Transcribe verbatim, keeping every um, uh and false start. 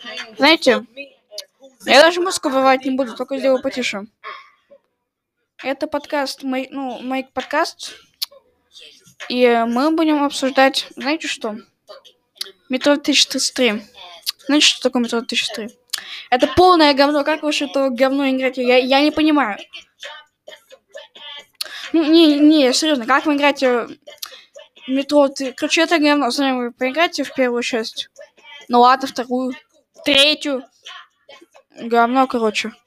Знаете, я даже музыку вырывать не буду, только сделаю потише. Это подкаст, мой, ну, мой подкаст. И мы будем обсуждать, знаете что? Метро тысяча тридцать три. Знаете, что такое Метро тысяча три? Это полное говно. Как вы что это говно играете? Я, я не понимаю. Ну, не, не, серьезно, как вы играете в Метро? Ты... Короче, это говно. Смотри, вы поиграете в первую часть. Ну ладно, вторую, третью. Говно, короче.